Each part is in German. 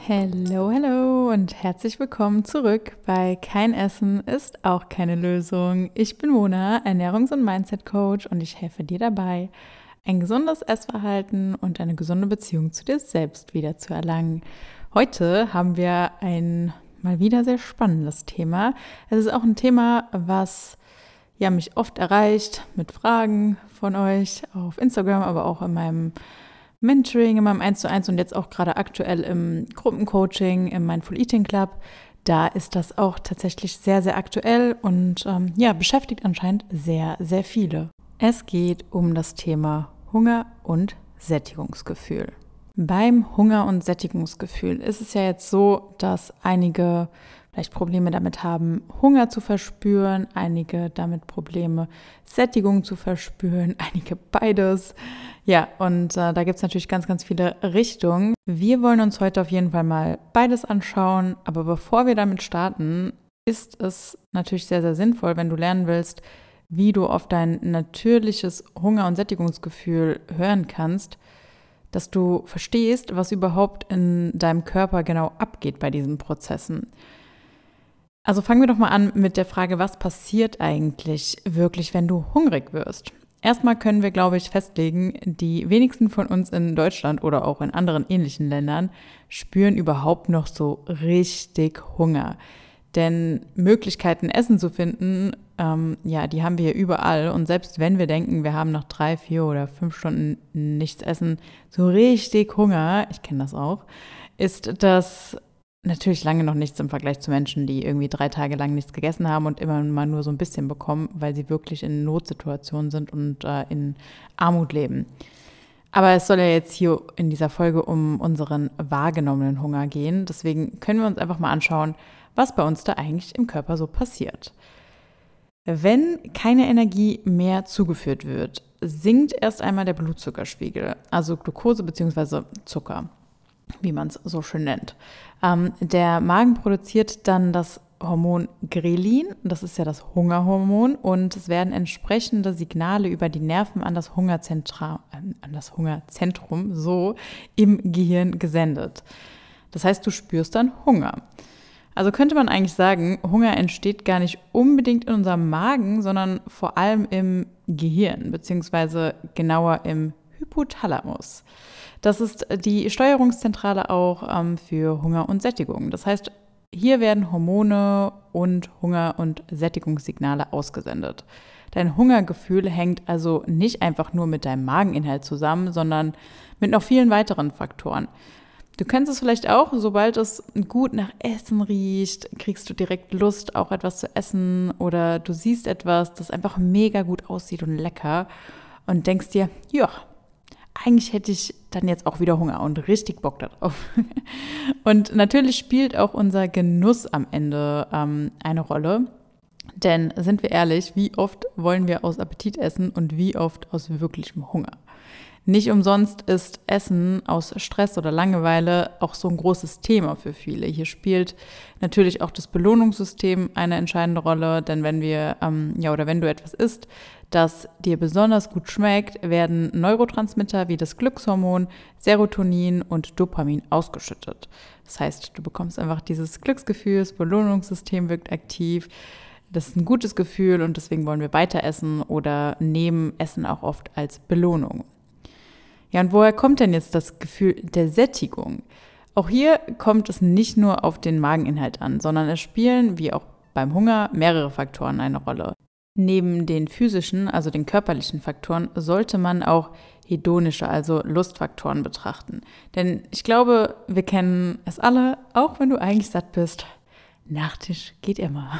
Hallo und herzlich willkommen zurück bei Kein Essen ist auch keine Lösung. Ich bin Mona, Ernährungs- und Mindset-Coach und ich helfe dir dabei, ein gesundes Essverhalten und eine gesunde Beziehung zu dir selbst wieder zu erlangen. Heute haben wir ein mal wieder sehr spannendes Thema. Es ist auch ein Thema, was mich oft erreicht mit Fragen von euch auf Instagram, aber auch in meinem Mentoring, in meinem 1:1 und jetzt auch gerade aktuell im Gruppencoaching, im Mindful Eating Club. Da ist das auch tatsächlich sehr, sehr aktuell und beschäftigt anscheinend sehr, sehr viele. Es geht um das Thema Hunger und Sättigungsgefühl. Beim Hunger- und Sättigungsgefühl ist es ja jetzt so, dass einige vielleicht Probleme damit haben, Hunger zu verspüren, einige damit Probleme, Sättigung zu verspüren, einige beides. Ja, und da gibt es natürlich ganz, ganz viele Richtungen. Wir wollen uns heute auf jeden Fall mal beides anschauen, aber bevor wir damit starten, ist es natürlich sehr, sehr sinnvoll, wenn du lernen willst, wie du auf dein natürliches Hunger- und Sättigungsgefühl hören kannst, dass du verstehst, was überhaupt in deinem Körper genau abgeht bei diesen Prozessen. Also fangen wir doch mal an mit der Frage, was passiert eigentlich wirklich, wenn du hungrig wirst? Erstmal können wir, glaube ich, festlegen, die wenigsten von uns in Deutschland oder auch in anderen ähnlichen Ländern spüren überhaupt noch so richtig Hunger. Denn Möglichkeiten, Essen zu finden, die haben wir hier überall. Und selbst wenn wir denken, wir haben nach 3, 4 oder 5 Stunden nichts essen, so richtig Hunger, ich kenne das auch, ist das natürlich lange noch nichts im Vergleich zu Menschen, die irgendwie 3 Tage lang nichts gegessen haben und immer mal nur so ein bisschen bekommen, weil sie wirklich in Notsituationen sind und in Armut leben. Aber es soll ja jetzt hier in dieser Folge um unseren wahrgenommenen Hunger gehen. Deswegen können wir uns einfach mal anschauen, was bei uns da eigentlich im Körper so passiert. Wenn keine Energie mehr zugeführt wird, sinkt erst einmal der Blutzuckerspiegel, also Glucose bzw. Zucker, wie man es so schön nennt. Der Magen produziert dann das Hormon Grelin, das ist ja das Hungerhormon, und es werden entsprechende Signale über die Nerven an das Hungerzentrum so im Gehirn gesendet. Das heißt, du spürst dann Hunger. Also könnte man eigentlich sagen, Hunger entsteht gar nicht unbedingt in unserem Magen, sondern vor allem im Gehirn, beziehungsweise genauer im Hypothalamus. Das ist die Steuerungszentrale auch für Hunger und Sättigung. Das heißt, hier werden Hormone und Hunger- und Sättigungssignale ausgesendet. Dein Hungergefühl hängt also nicht einfach nur mit deinem Mageninhalt zusammen, sondern mit noch vielen weiteren Faktoren. Du kennst es vielleicht auch, sobald es gut nach Essen riecht, kriegst du direkt Lust, auch etwas zu essen, oder du siehst etwas, das einfach mega gut aussieht und lecker und denkst dir, ja, eigentlich hätte ich dann jetzt auch wieder Hunger und richtig Bock darauf. Und natürlich spielt auch unser Genuss am Ende eine Rolle. Denn sind wir ehrlich, wie oft wollen wir aus Appetit essen und wie oft aus wirklichem Hunger? Nicht umsonst ist Essen aus Stress oder Langeweile auch so ein großes Thema für viele. Hier spielt natürlich auch das Belohnungssystem eine entscheidende Rolle, denn wenn du etwas isst, das dir besonders gut schmeckt, werden Neurotransmitter wie das Glückshormon, Serotonin und Dopamin ausgeschüttet. Das heißt, du bekommst einfach dieses Glücksgefühl, das Belohnungssystem wirkt aktiv. Das ist ein gutes Gefühl und deswegen wollen wir weiter essen oder nehmen Essen auch oft als Belohnung. Ja, und woher kommt denn jetzt das Gefühl der Sättigung? Auch hier kommt es nicht nur auf den Mageninhalt an, sondern es spielen, wie auch beim Hunger, mehrere Faktoren eine Rolle. Neben den physischen, also den körperlichen Faktoren, sollte man auch hedonische, also Lustfaktoren betrachten. Denn ich glaube, wir kennen es alle, auch wenn du eigentlich satt bist. Nachtisch geht immer.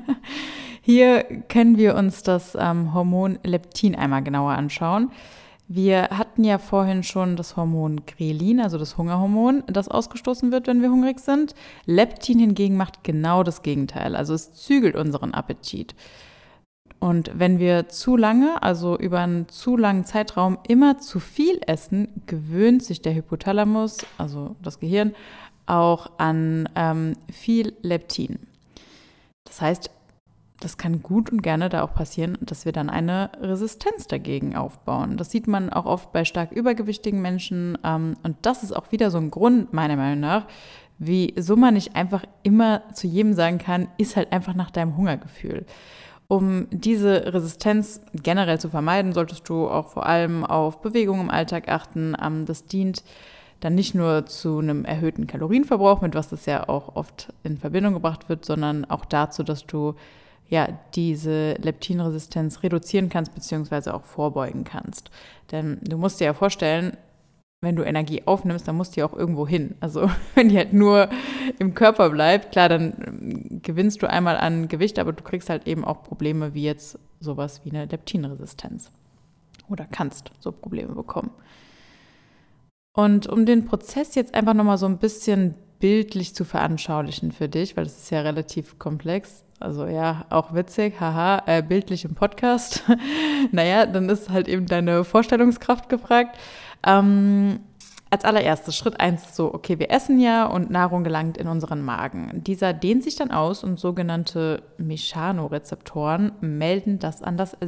Hier können wir uns das Hormon Leptin einmal genauer anschauen. Wir hatten ja vorhin schon das Hormon Grelin, also das Hungerhormon, das ausgestoßen wird, wenn wir hungrig sind. Leptin hingegen macht genau das Gegenteil, also es zügelt unseren Appetit. Und wenn wir zu lange, also über einen zu langen Zeitraum immer zu viel essen, gewöhnt sich der Hypothalamus, also das Gehirn, auch an viel Leptin. Das heißt, das kann gut und gerne da auch passieren, dass wir dann eine Resistenz dagegen aufbauen. Das sieht man auch oft bei stark übergewichtigen Menschen. Und das ist auch wieder so ein Grund, meiner Meinung nach, wieso man nicht einfach immer zu jedem sagen kann, iss halt einfach nach deinem Hungergefühl. Um diese Resistenz generell zu vermeiden, solltest du auch vor allem auf Bewegung im Alltag achten. Das dient dann nicht nur zu einem erhöhten Kalorienverbrauch, mit was das ja auch oft in Verbindung gebracht wird, sondern auch dazu, dass du diese Leptinresistenz reduzieren kannst bzw. auch vorbeugen kannst. Denn du musst dir ja vorstellen, wenn du Energie aufnimmst, dann muss die auch irgendwo hin. Also wenn die halt nur im Körper bleibt, klar, dann gewinnst du einmal an Gewicht, aber du kriegst halt eben auch Probleme wie jetzt sowas wie eine Leptinresistenz. Oder kannst so Probleme bekommen. Und um den Prozess jetzt einfach nochmal so ein bisschen bildlich zu veranschaulichen für dich, weil das ist ja relativ komplex, also ja, auch witzig, haha, bildlich im Podcast. Naja, dann ist halt eben deine Vorstellungskraft gefragt. Als allererstes, Schritt 1 ist so, okay, wir essen ja und Nahrung gelangt in unseren Magen. Dieser dehnt sich dann aus und sogenannte Mechanorezeptoren melden das an das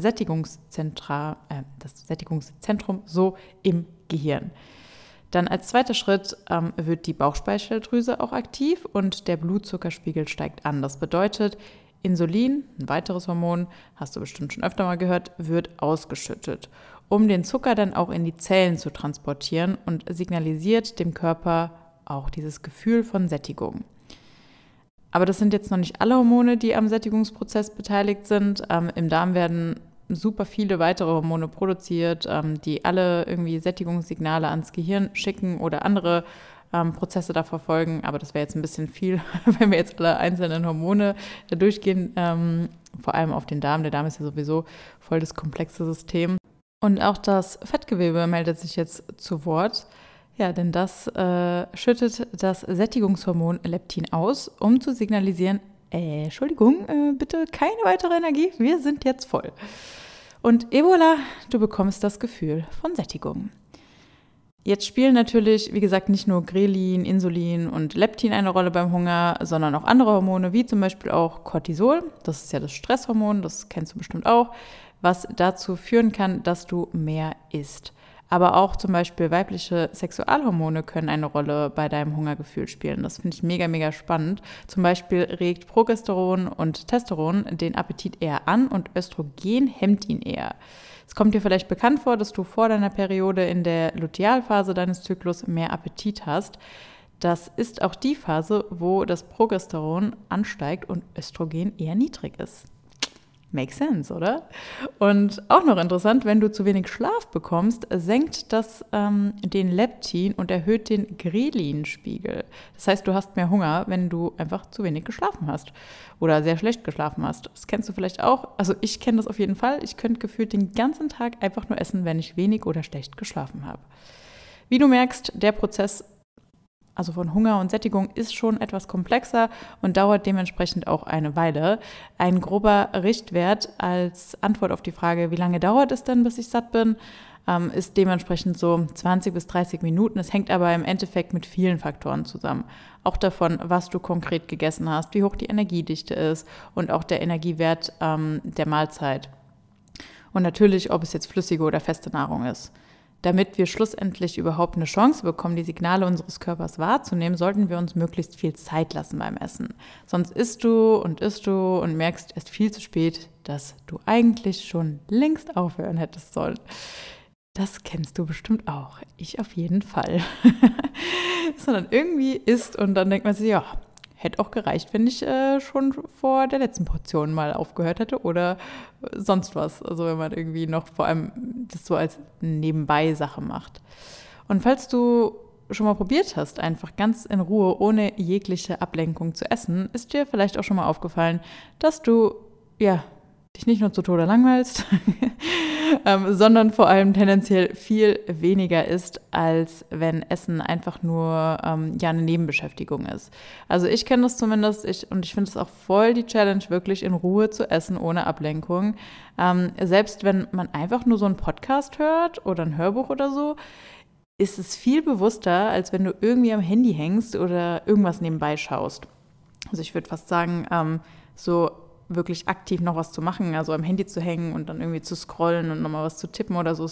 Sättigungszentrum so im Gehirn. Dann als zweiter Schritt wird die Bauchspeicheldrüse auch aktiv und der Blutzuckerspiegel steigt an. Das bedeutet, Insulin, ein weiteres Hormon, hast du bestimmt schon öfter mal gehört, wird ausgeschüttet, um den Zucker dann auch in die Zellen zu transportieren und signalisiert dem Körper auch dieses Gefühl von Sättigung. Aber das sind jetzt noch nicht alle Hormone, die am Sättigungsprozess beteiligt sind. Im Darm werden super viele weitere Hormone produziert, die alle irgendwie Sättigungssignale ans Gehirn schicken oder andere Prozesse da verfolgen. Aber das wäre jetzt ein bisschen viel, wenn wir jetzt alle einzelnen Hormone da durchgehen, vor allem auf den Darm. Der Darm ist ja sowieso voll das komplexe System. Und auch das Fettgewebe meldet sich jetzt zu Wort. Ja, denn das schüttet das Sättigungshormon Leptin aus, um zu signalisieren, Entschuldigung, bitte keine weitere Energie, wir sind jetzt voll. Und voilà, du bekommst das Gefühl von Sättigung. Jetzt spielen natürlich, wie gesagt, nicht nur Grelin, Insulin und Leptin eine Rolle beim Hunger, sondern auch andere Hormone, wie zum Beispiel auch Cortisol. Das ist ja das Stresshormon, das kennst du bestimmt auch, was dazu führen kann, dass du mehr isst. Aber auch zum Beispiel weibliche Sexualhormone können eine Rolle bei deinem Hungergefühl spielen. Das finde ich mega, mega spannend. Zum Beispiel regt Progesteron und Testosteron den Appetit eher an und Östrogen hemmt ihn eher. Es kommt dir vielleicht bekannt vor, dass du vor deiner Periode in der Lutealphase deines Zyklus mehr Appetit hast. Das ist auch die Phase, wo das Progesteron ansteigt und Östrogen eher niedrig ist. Makes sense, oder? Und auch noch interessant, wenn du zu wenig Schlaf bekommst, senkt das den Leptin und erhöht den Grelin-Spiegel. Das heißt, du hast mehr Hunger, wenn du einfach zu wenig geschlafen hast oder sehr schlecht geschlafen hast. Das kennst du vielleicht auch. Also ich kenne das auf jeden Fall. Ich könnte gefühlt den ganzen Tag einfach nur essen, wenn ich wenig oder schlecht geschlafen habe. Wie du merkst, der Prozess also von Hunger und Sättigung ist schon etwas komplexer und dauert dementsprechend auch eine Weile. Ein grober Richtwert als Antwort auf die Frage, wie lange dauert es denn, bis ich satt bin, ist dementsprechend so 20 bis 30 Minuten. Es hängt aber im Endeffekt mit vielen Faktoren zusammen. Auch davon, was du konkret gegessen hast, wie hoch die Energiedichte ist und auch der Energiewert der Mahlzeit. Und natürlich, ob es jetzt flüssige oder feste Nahrung ist. Damit wir schlussendlich überhaupt eine Chance bekommen, die Signale unseres Körpers wahrzunehmen, sollten wir uns möglichst viel Zeit lassen beim Essen. Sonst isst du und merkst erst viel zu spät, dass du eigentlich schon längst aufhören hättest sollen. Das kennst du bestimmt auch. Ich auf jeden Fall. Sondern irgendwie isst und dann denkt man sich, ja, hätte auch gereicht, wenn ich schon vor der letzten Portion mal aufgehört hätte oder sonst was. Also wenn man irgendwie noch vor allem das so als Nebenbei-Sache macht. Und falls du schon mal probiert hast, einfach ganz in Ruhe, ohne jegliche Ablenkung zu essen, ist dir vielleicht auch schon mal aufgefallen, dass du, dich nicht nur zu Tode langweilst, sondern vor allem tendenziell viel weniger isst, als wenn Essen einfach nur eine Nebenbeschäftigung ist. Also ich kenne das zumindest und ich finde es auch voll die Challenge, wirklich in Ruhe zu essen, ohne Ablenkung. Selbst wenn man einfach nur so einen Podcast hört oder ein Hörbuch oder so, ist es viel bewusster, als wenn du irgendwie am Handy hängst oder irgendwas nebenbei schaust. Also ich würde fast sagen, so wirklich aktiv noch was zu machen, also am Handy zu hängen und dann irgendwie zu scrollen und nochmal was zu tippen oder so, ist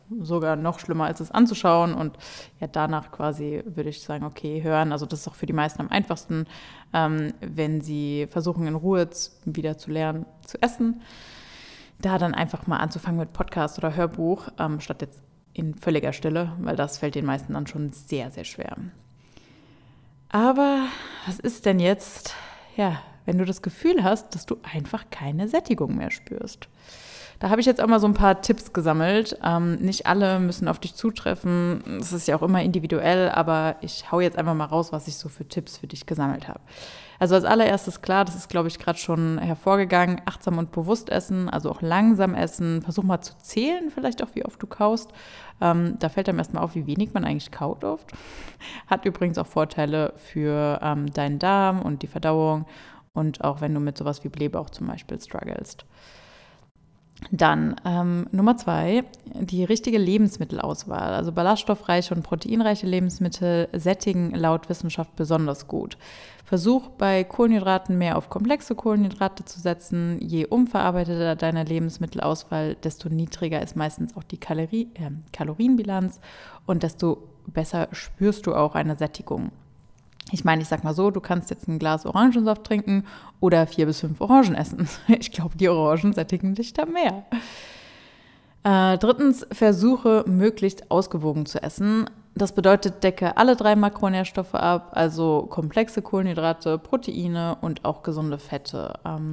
sogar noch schlimmer, als es anzuschauen. Und ja, danach quasi würde ich sagen, okay, hören. Also das ist auch für die meisten am einfachsten, wenn sie versuchen, in Ruhe wieder zu lernen, zu essen. Da dann einfach mal anzufangen mit Podcast oder Hörbuch, statt jetzt in völliger Stille, weil das fällt den meisten dann schon sehr, sehr schwer. Aber was ist denn jetzt, ja, wenn du das Gefühl hast, dass du einfach keine Sättigung mehr spürst? Da habe ich jetzt auch mal so ein paar Tipps gesammelt. Nicht alle müssen auf dich zutreffen. Das ist ja auch immer individuell, aber ich hau jetzt einfach mal raus, was ich so für Tipps für dich gesammelt habe. Also als allererstes klar, das ist, glaube ich, gerade schon hervorgegangen, achtsam und bewusst essen, also auch langsam essen. Versuch mal zu zählen, vielleicht auch, wie oft du kaust. Da fällt einem erstmal auf, wie wenig man eigentlich kaut oft. Hat übrigens auch Vorteile für deinen Darm und die Verdauung und auch wenn du mit sowas wie Blähbauch zum Beispiel strugglest. Dann Nummer 2, die richtige Lebensmittelauswahl. Also ballaststoffreiche und proteinreiche Lebensmittel sättigen laut Wissenschaft besonders gut. Versuch bei Kohlenhydraten mehr auf komplexe Kohlenhydrate zu setzen. Je unverarbeiteter deine Lebensmittelauswahl, desto niedriger ist meistens auch die Kalorienbilanz und desto besser spürst du auch eine Sättigung. Ich meine, ich sag mal so, du kannst jetzt ein Glas Orangensaft trinken oder 4 bis 5 Orangen essen. Ich glaube, die Orangen sättigen dich da mehr. Drittens, versuche möglichst ausgewogen zu essen. Das bedeutet, decke alle 3 Makronährstoffe ab, also komplexe Kohlenhydrate, Proteine und auch gesunde Fette.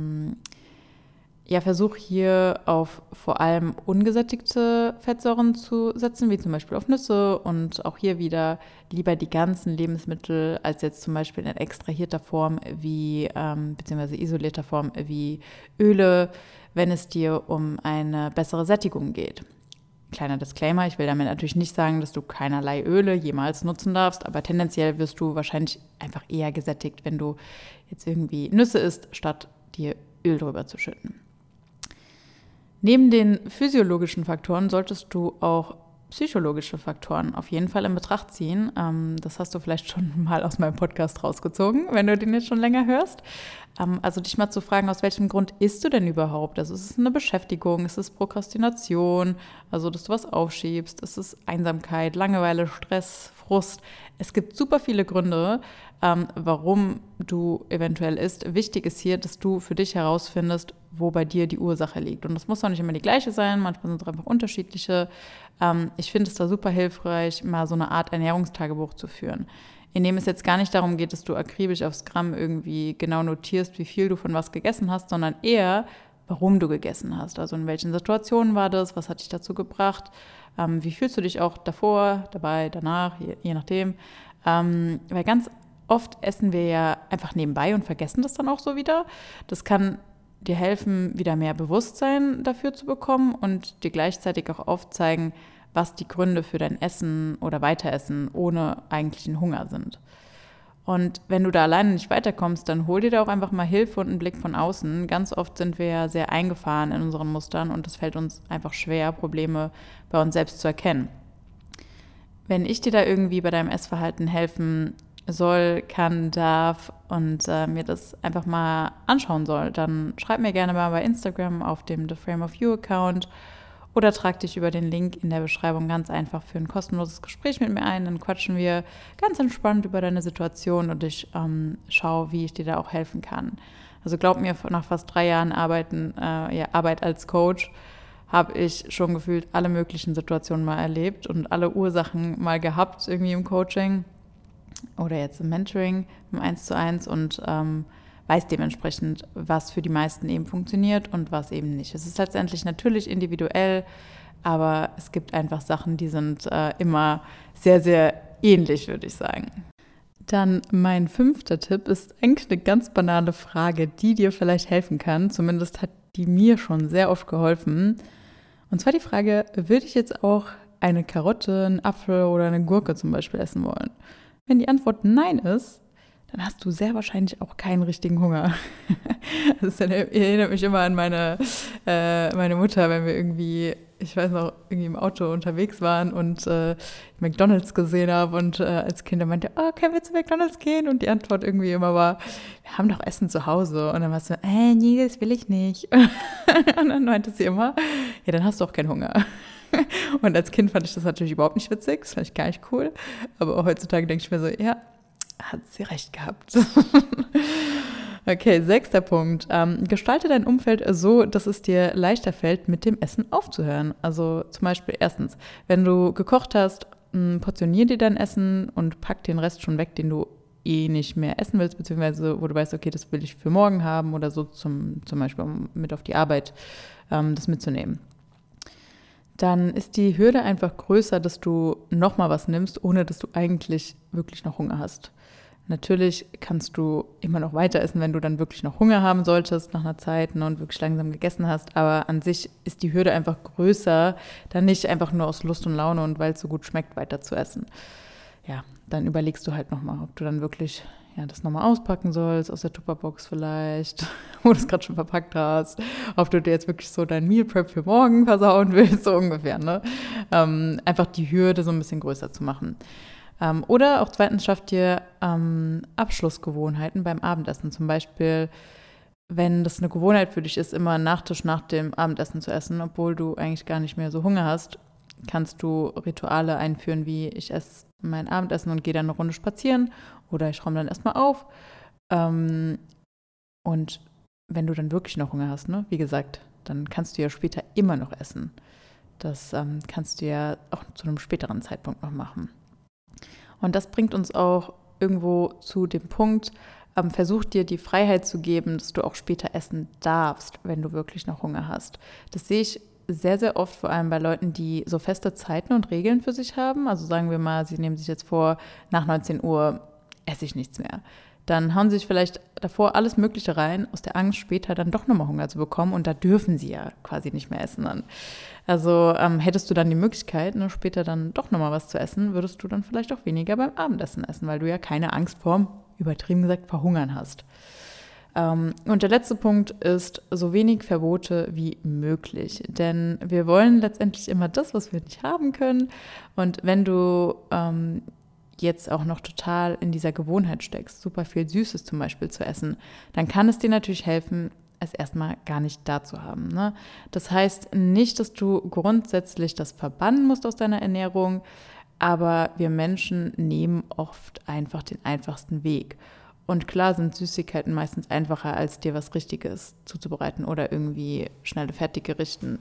Versuch hier auf vor allem ungesättigte Fettsäuren zu setzen, wie zum Beispiel auf Nüsse und auch hier wieder lieber die ganzen Lebensmittel als jetzt zum Beispiel in extrahierter Form beziehungsweise isolierter Form wie Öle, wenn es dir um eine bessere Sättigung geht. Kleiner Disclaimer, ich will damit natürlich nicht sagen, dass du keinerlei Öle jemals nutzen darfst, aber tendenziell wirst du wahrscheinlich einfach eher gesättigt, wenn du jetzt irgendwie Nüsse isst, statt dir Öl drüber zu schütten. Neben den physiologischen Faktoren solltest du auch psychologische Faktoren auf jeden Fall in Betracht ziehen. Das hast du vielleicht schon mal aus meinem Podcast rausgezogen, wenn du den jetzt schon länger hörst. Also dich mal zu fragen, aus welchem Grund isst du denn überhaupt? Also ist es eine Beschäftigung, ist es Prokrastination, also dass du was aufschiebst, ist es Einsamkeit, Langeweile, Stress, Frust? Es gibt super viele Gründe, warum du eventuell isst. Wichtig ist hier, dass du für dich herausfindest, wo bei dir die Ursache liegt. Und das muss auch nicht immer die gleiche sein, manchmal sind es einfach unterschiedliche. Ich finde es da super hilfreich, mal so eine Art Ernährungstagebuch zu führen, in dem es jetzt gar nicht darum geht, dass du akribisch aufs Gramm irgendwie genau notierst, wie viel du von was gegessen hast, sondern eher, warum du gegessen hast. Also in welchen Situationen war das, was hat dich dazu gebracht, wie fühlst du dich auch davor, dabei, danach, je nachdem. Weil ganz oft essen wir ja einfach nebenbei und vergessen das dann auch so wieder. Das kann dir helfen, wieder mehr Bewusstsein dafür zu bekommen und dir gleichzeitig auch aufzeigen, was die Gründe für dein Essen oder Weiteressen ohne eigentlichen Hunger sind. Und wenn du da alleine nicht weiterkommst, dann hol dir da auch einfach mal Hilfe und einen Blick von außen. Ganz oft sind wir ja sehr eingefahren in unseren Mustern und es fällt uns einfach schwer, Probleme bei uns selbst zu erkennen. Wenn ich dir da irgendwie bei deinem Essverhalten helfen soll, kann, darf und mir das einfach mal anschauen soll, dann schreib mir gerne mal bei Instagram auf dem The Frame of You Account oder trag dich über den Link in der Beschreibung ganz einfach für ein kostenloses Gespräch mit mir ein. Dann quatschen wir ganz entspannt über deine Situation und ich schaue, wie ich dir da auch helfen kann. Also glaub mir, nach fast 3 Jahren Arbeit als Coach habe ich schon gefühlt alle möglichen Situationen mal erlebt und alle Ursachen mal gehabt irgendwie im Coaching oder jetzt im Mentoring, im 1:1 und weiß dementsprechend, was für die meisten eben funktioniert und was eben nicht. Es ist letztendlich natürlich individuell, aber es gibt einfach Sachen, die sind immer sehr, sehr ähnlich, würde ich sagen. Dann mein 5. Tipp ist eigentlich eine ganz banale Frage, die dir vielleicht helfen kann. Zumindest hat die mir schon sehr oft geholfen. Und zwar die Frage, würde ich jetzt auch eine Karotte, einen Apfel oder eine Gurke zum Beispiel essen wollen? Wenn die Antwort Nein ist, dann hast du sehr wahrscheinlich auch keinen richtigen Hunger. Das erinnert mich immer an meine Mutter, wenn wir irgendwie, ich weiß noch, irgendwie im Auto unterwegs waren und McDonald's gesehen haben und als Kind meinte, oh, können wir zu McDonald's gehen? Und die Antwort irgendwie immer war, wir haben doch Essen zu Hause. Und dann war es so, nee, das will ich nicht. Und dann meinte sie immer, ja, dann hast du auch keinen Hunger. Und als Kind fand ich das natürlich überhaupt nicht witzig, das fand ich gar nicht cool. Aber auch heutzutage denke ich mir so, ja, hat sie recht gehabt. Okay, 6. Punkt. Gestalte dein Umfeld so, dass es dir leichter fällt, mit dem Essen aufzuhören. Also zum Beispiel erstens, wenn du gekocht hast, portionier dir dein Essen und pack den Rest schon weg, den du eh nicht mehr essen willst, beziehungsweise wo du weißt, okay, das will ich für morgen haben oder so zum Beispiel um mit auf die Arbeit das mitzunehmen. Dann ist die Hürde einfach größer, dass du nochmal was nimmst, ohne dass du eigentlich wirklich noch Hunger hast. Natürlich kannst du immer noch weiter essen, wenn du dann wirklich noch Hunger haben solltest nach einer Zeit und wirklich langsam gegessen hast. Aber an sich ist die Hürde einfach größer, dann nicht einfach nur aus Lust und Laune und weil es so gut schmeckt, weiter zu essen. Ja, dann überlegst du halt nochmal, ob du dann wirklich das nochmal auspacken sollst, aus der Tupperbox vielleicht, wo du es gerade schon verpackt hast, ob du dir jetzt wirklich so dein Meal Prep für morgen versauen willst, so ungefähr, ne? Einfach die Hürde so ein bisschen größer zu machen. Oder auch zweitens schafft dir Abschlussgewohnheiten beim Abendessen. Zum Beispiel, wenn das eine Gewohnheit für dich ist, immer einen Nachtisch nach dem Abendessen zu essen, obwohl du eigentlich gar nicht mehr so Hunger hast, kannst du Rituale einführen, wie ich esse mein Abendessen und gehe dann eine Runde spazieren oder ich räume dann erstmal auf. Und wenn du dann wirklich noch Hunger hast, ne, wie gesagt, dann kannst du ja später immer noch essen. Das kannst du ja auch zu einem späteren Zeitpunkt noch machen. Und das bringt uns auch irgendwo zu dem Punkt, versuch dir die Freiheit zu geben, dass du auch später essen darfst, wenn du wirklich noch Hunger hast. Das sehe ich sehr, sehr oft, vor allem bei Leuten, die so feste Zeiten und Regeln für sich haben. Also sagen wir mal, sie nehmen sich jetzt vor, nach 19 Uhr esse ich nichts mehr. Dann hauen sie sich vielleicht davor alles Mögliche rein, aus der Angst, später dann doch nochmal Hunger zu bekommen. Und da dürfen sie ja quasi nicht mehr essen dann. Also hättest du dann die Möglichkeit, später dann doch nochmal was zu essen, würdest du dann vielleicht auch weniger beim Abendessen essen, weil du ja keine Angst vorm, übertrieben gesagt, Verhungern hast. Und der letzte Punkt ist, so wenig Verbote wie möglich. Denn wir wollen letztendlich immer das, was wir nicht haben können. Und wenn du jetzt auch noch total in dieser Gewohnheit steckst, super viel Süßes zum Beispiel zu essen, dann kann es dir natürlich helfen, es erstmal gar nicht da zu haben. Ne? Das heißt nicht, dass du grundsätzlich das verbannen musst aus deiner Ernährung, aber wir Menschen nehmen oft einfach den einfachsten Weg. Und klar sind Süßigkeiten meistens einfacher, als dir was Richtiges zuzubereiten oder irgendwie schnelle Fertiggerichte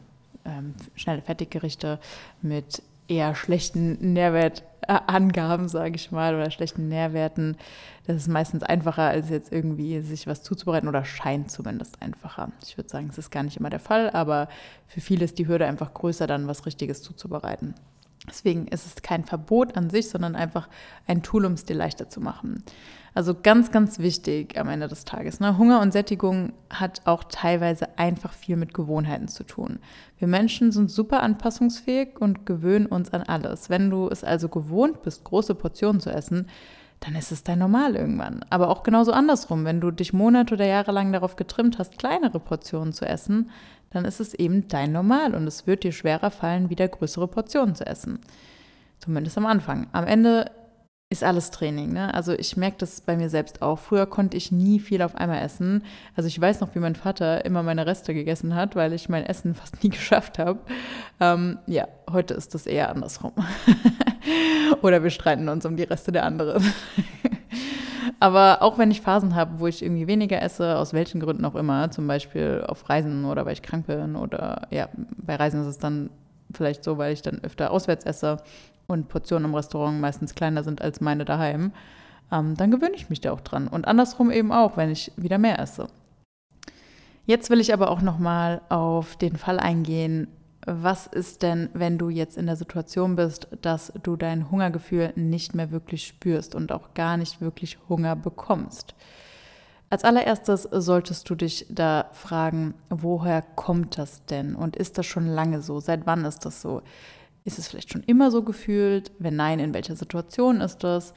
mit eher schlechten Nährwertangaben, sage ich mal, oder schlechten Nährwerten. Das ist meistens einfacher, als jetzt irgendwie sich was zuzubereiten oder scheint zumindest einfacher. Ich würde sagen, es ist gar nicht immer der Fall, aber für viele ist die Hürde einfach größer, dann was Richtiges zuzubereiten. Deswegen ist es kein Verbot an sich, sondern einfach ein Tool, um es dir leichter zu machen. Also ganz, ganz wichtig am Ende des Tages. Ne? Hunger und Sättigung hat auch teilweise einfach viel mit Gewohnheiten zu tun. Wir Menschen sind super anpassungsfähig und gewöhnen uns an alles. Wenn du es also gewohnt bist, große Portionen zu essen, dann ist es dein Normal irgendwann. Aber auch genauso andersrum, wenn du dich Monate oder Jahre lang darauf getrimmt hast, kleinere Portionen zu essen, dann ist es eben dein Normal und es wird dir schwerer fallen, wieder größere Portionen zu essen. Zumindest am Anfang. Am Ende ist alles Training, ne? Also ich merke das bei mir selbst auch. Früher konnte ich nie viel auf einmal essen. Also ich weiß noch, wie mein Vater immer meine Reste gegessen hat, weil ich mein Essen fast nie geschafft habe. Heute ist das eher andersrum. Oder wir streiten uns um die Reste der anderen. Aber auch wenn ich Phasen habe, wo ich irgendwie weniger esse, aus welchen Gründen auch immer, zum Beispiel auf Reisen oder weil ich krank bin oder bei Reisen ist es dann vielleicht so, weil ich dann öfter auswärts esse und Portionen im Restaurant meistens kleiner sind als meine daheim, dann gewöhne ich mich da auch dran. Und andersrum eben auch, wenn ich wieder mehr esse. Jetzt will ich aber auch nochmal auf den Fall eingehen, was ist denn, wenn du jetzt in der Situation bist, dass du dein Hungergefühl nicht mehr wirklich spürst und auch gar nicht wirklich Hunger bekommst? Als allererstes solltest du dich da fragen, woher kommt das denn? Und ist das schon lange so? Seit wann ist das so? Ist es vielleicht schon immer so gefühlt? Wenn nein, in welcher Situation ist das?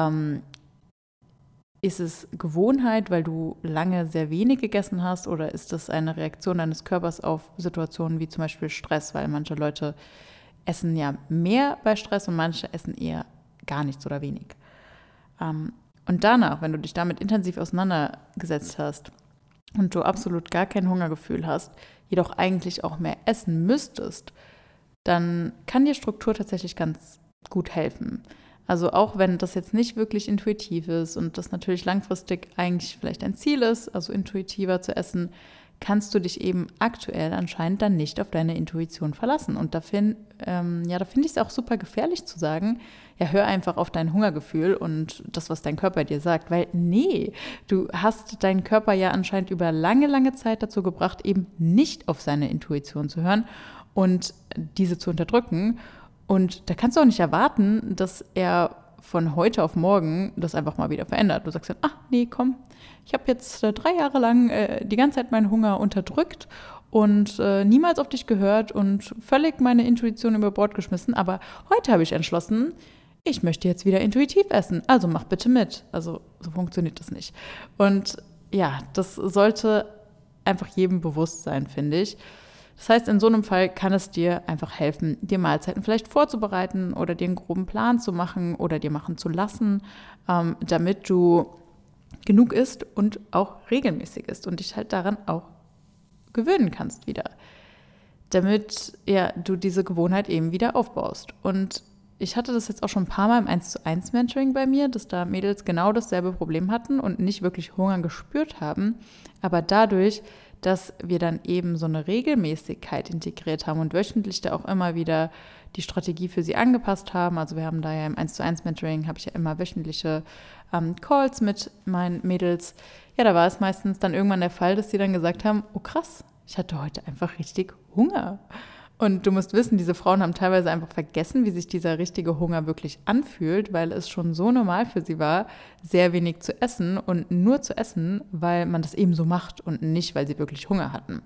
Ist es Gewohnheit, weil du lange sehr wenig gegessen hast, oder ist das eine Reaktion deines Körpers auf Situationen wie zum Beispiel Stress? Weil manche Leute essen ja mehr bei Stress und manche essen eher gar nichts oder wenig. Und danach, wenn du dich damit intensiv auseinandergesetzt hast und du absolut gar kein Hungergefühl hast, jedoch eigentlich auch mehr essen müsstest, dann kann dir Struktur tatsächlich ganz gut helfen. Also auch wenn das jetzt nicht wirklich intuitiv ist und das natürlich langfristig eigentlich vielleicht ein Ziel ist, also intuitiver zu essen, kannst du dich eben aktuell anscheinend dann nicht auf deine Intuition verlassen. Und da finde ich es auch super gefährlich zu sagen, ja, hör einfach auf dein Hungergefühl und das, was dein Körper dir sagt. Weil nee, du hast deinen Körper ja anscheinend über lange, lange Zeit dazu gebracht, eben nicht auf seine Intuition zu hören und diese zu unterdrücken. Und da kannst du auch nicht erwarten, dass er von heute auf morgen das einfach mal wieder verändert. Du sagst dann, nee, komm, ich habe jetzt 3 Jahre lang die ganze Zeit meinen Hunger unterdrückt und niemals auf dich gehört und völlig meine Intuition über Bord geschmissen. Aber heute habe ich entschlossen, ich möchte jetzt wieder intuitiv essen. Also mach bitte mit. Also so funktioniert das nicht. Und ja, das sollte einfach jedem bewusst sein, finde ich. Das heißt, in so einem Fall kann es dir einfach helfen, dir Mahlzeiten vielleicht vorzubereiten oder dir einen groben Plan zu machen oder dir machen zu lassen, damit du genug isst und auch regelmäßig isst und dich halt daran auch gewöhnen kannst wieder, damit du diese Gewohnheit eben wieder aufbaust. Und ich hatte das jetzt auch schon ein paar Mal im 1:1 Mentoring bei mir, dass da Mädels genau dasselbe Problem hatten und nicht wirklich Hunger gespürt haben, aber dadurch, dass wir dann eben so eine Regelmäßigkeit integriert haben und wöchentlich da auch immer wieder die Strategie für sie angepasst haben. Also wir haben da ja im 1:1 Mentoring, habe ich ja immer wöchentliche Calls mit meinen Mädels. Ja, da war es meistens dann irgendwann der Fall, dass sie dann gesagt haben, oh krass, ich hatte heute einfach richtig Hunger. Und du musst wissen, diese Frauen haben teilweise einfach vergessen, wie sich dieser richtige Hunger wirklich anfühlt, weil es schon so normal für sie war, sehr wenig zu essen und nur zu essen, weil man das eben so macht und nicht, weil sie wirklich Hunger hatten.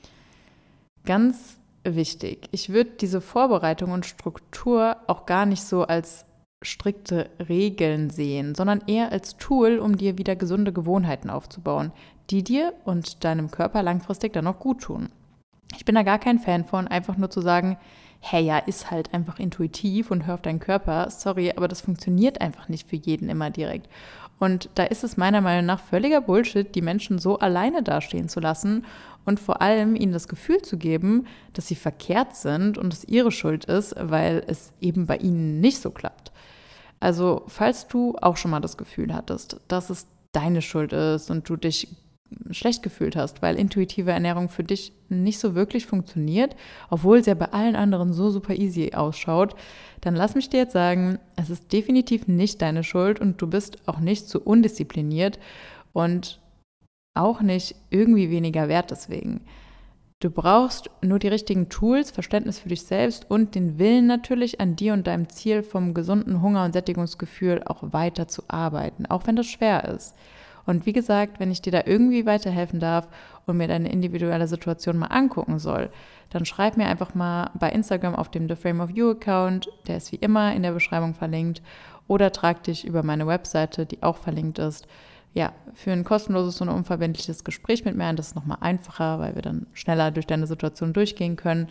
Ganz wichtig, ich würde diese Vorbereitung und Struktur auch gar nicht so als strikte Regeln sehen, sondern eher als Tool, um dir wieder gesunde Gewohnheiten aufzubauen, die dir und deinem Körper langfristig dann auch gut tun. Ich bin da gar kein Fan von, einfach nur zu sagen, hey, ja, iss halt einfach intuitiv und hör auf deinen Körper. Sorry, aber das funktioniert einfach nicht für jeden immer direkt. Und da ist es meiner Meinung nach völliger Bullshit, die Menschen so alleine dastehen zu lassen und vor allem ihnen das Gefühl zu geben, dass sie verkehrt sind und es ihre Schuld ist, weil es eben bei ihnen nicht so klappt. Also, falls du auch schon mal das Gefühl hattest, dass es deine Schuld ist und du dich schlecht gefühlt hast, weil intuitive Ernährung für dich nicht so wirklich funktioniert, obwohl sie ja bei allen anderen so super easy ausschaut, dann lass mich dir jetzt sagen, es ist definitiv nicht deine Schuld und du bist auch nicht zu undiszipliniert und auch nicht irgendwie weniger wert deswegen. Du brauchst nur die richtigen Tools, Verständnis für dich selbst und den Willen natürlich, an dir und deinem Ziel vom gesunden Hunger- und Sättigungsgefühl auch weiter zu arbeiten, auch wenn das schwer ist. Und wie gesagt, wenn ich dir da irgendwie weiterhelfen darf und mir deine individuelle Situation mal angucken soll, dann schreib mir einfach mal bei Instagram auf dem The Frame of You Account, der ist wie immer in der Beschreibung verlinkt, oder trag dich über meine Webseite, die auch verlinkt ist, für ein kostenloses und unverbindliches Gespräch mit mir ein. Das ist nochmal einfacher, weil wir dann schneller durch deine Situation durchgehen können.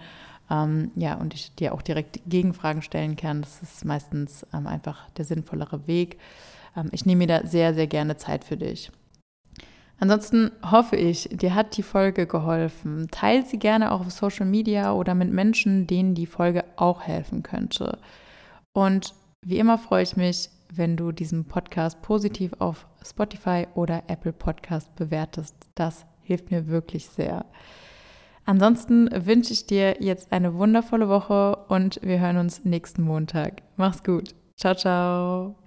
Und ich dir auch direkt Gegenfragen stellen kann. Das ist meistens einfach der sinnvollere Weg. Ich nehme mir da sehr, sehr gerne Zeit für dich. Ansonsten hoffe ich, dir hat die Folge geholfen. Teile sie gerne auch auf Social Media oder mit Menschen, denen die Folge auch helfen könnte. Und wie immer freue ich mich, wenn du diesen Podcast positiv auf Spotify oder Apple Podcast bewertest. Das hilft mir wirklich sehr. Ansonsten wünsche ich dir jetzt eine wundervolle Woche und wir hören uns nächsten Montag. Mach's gut. Ciao, ciao.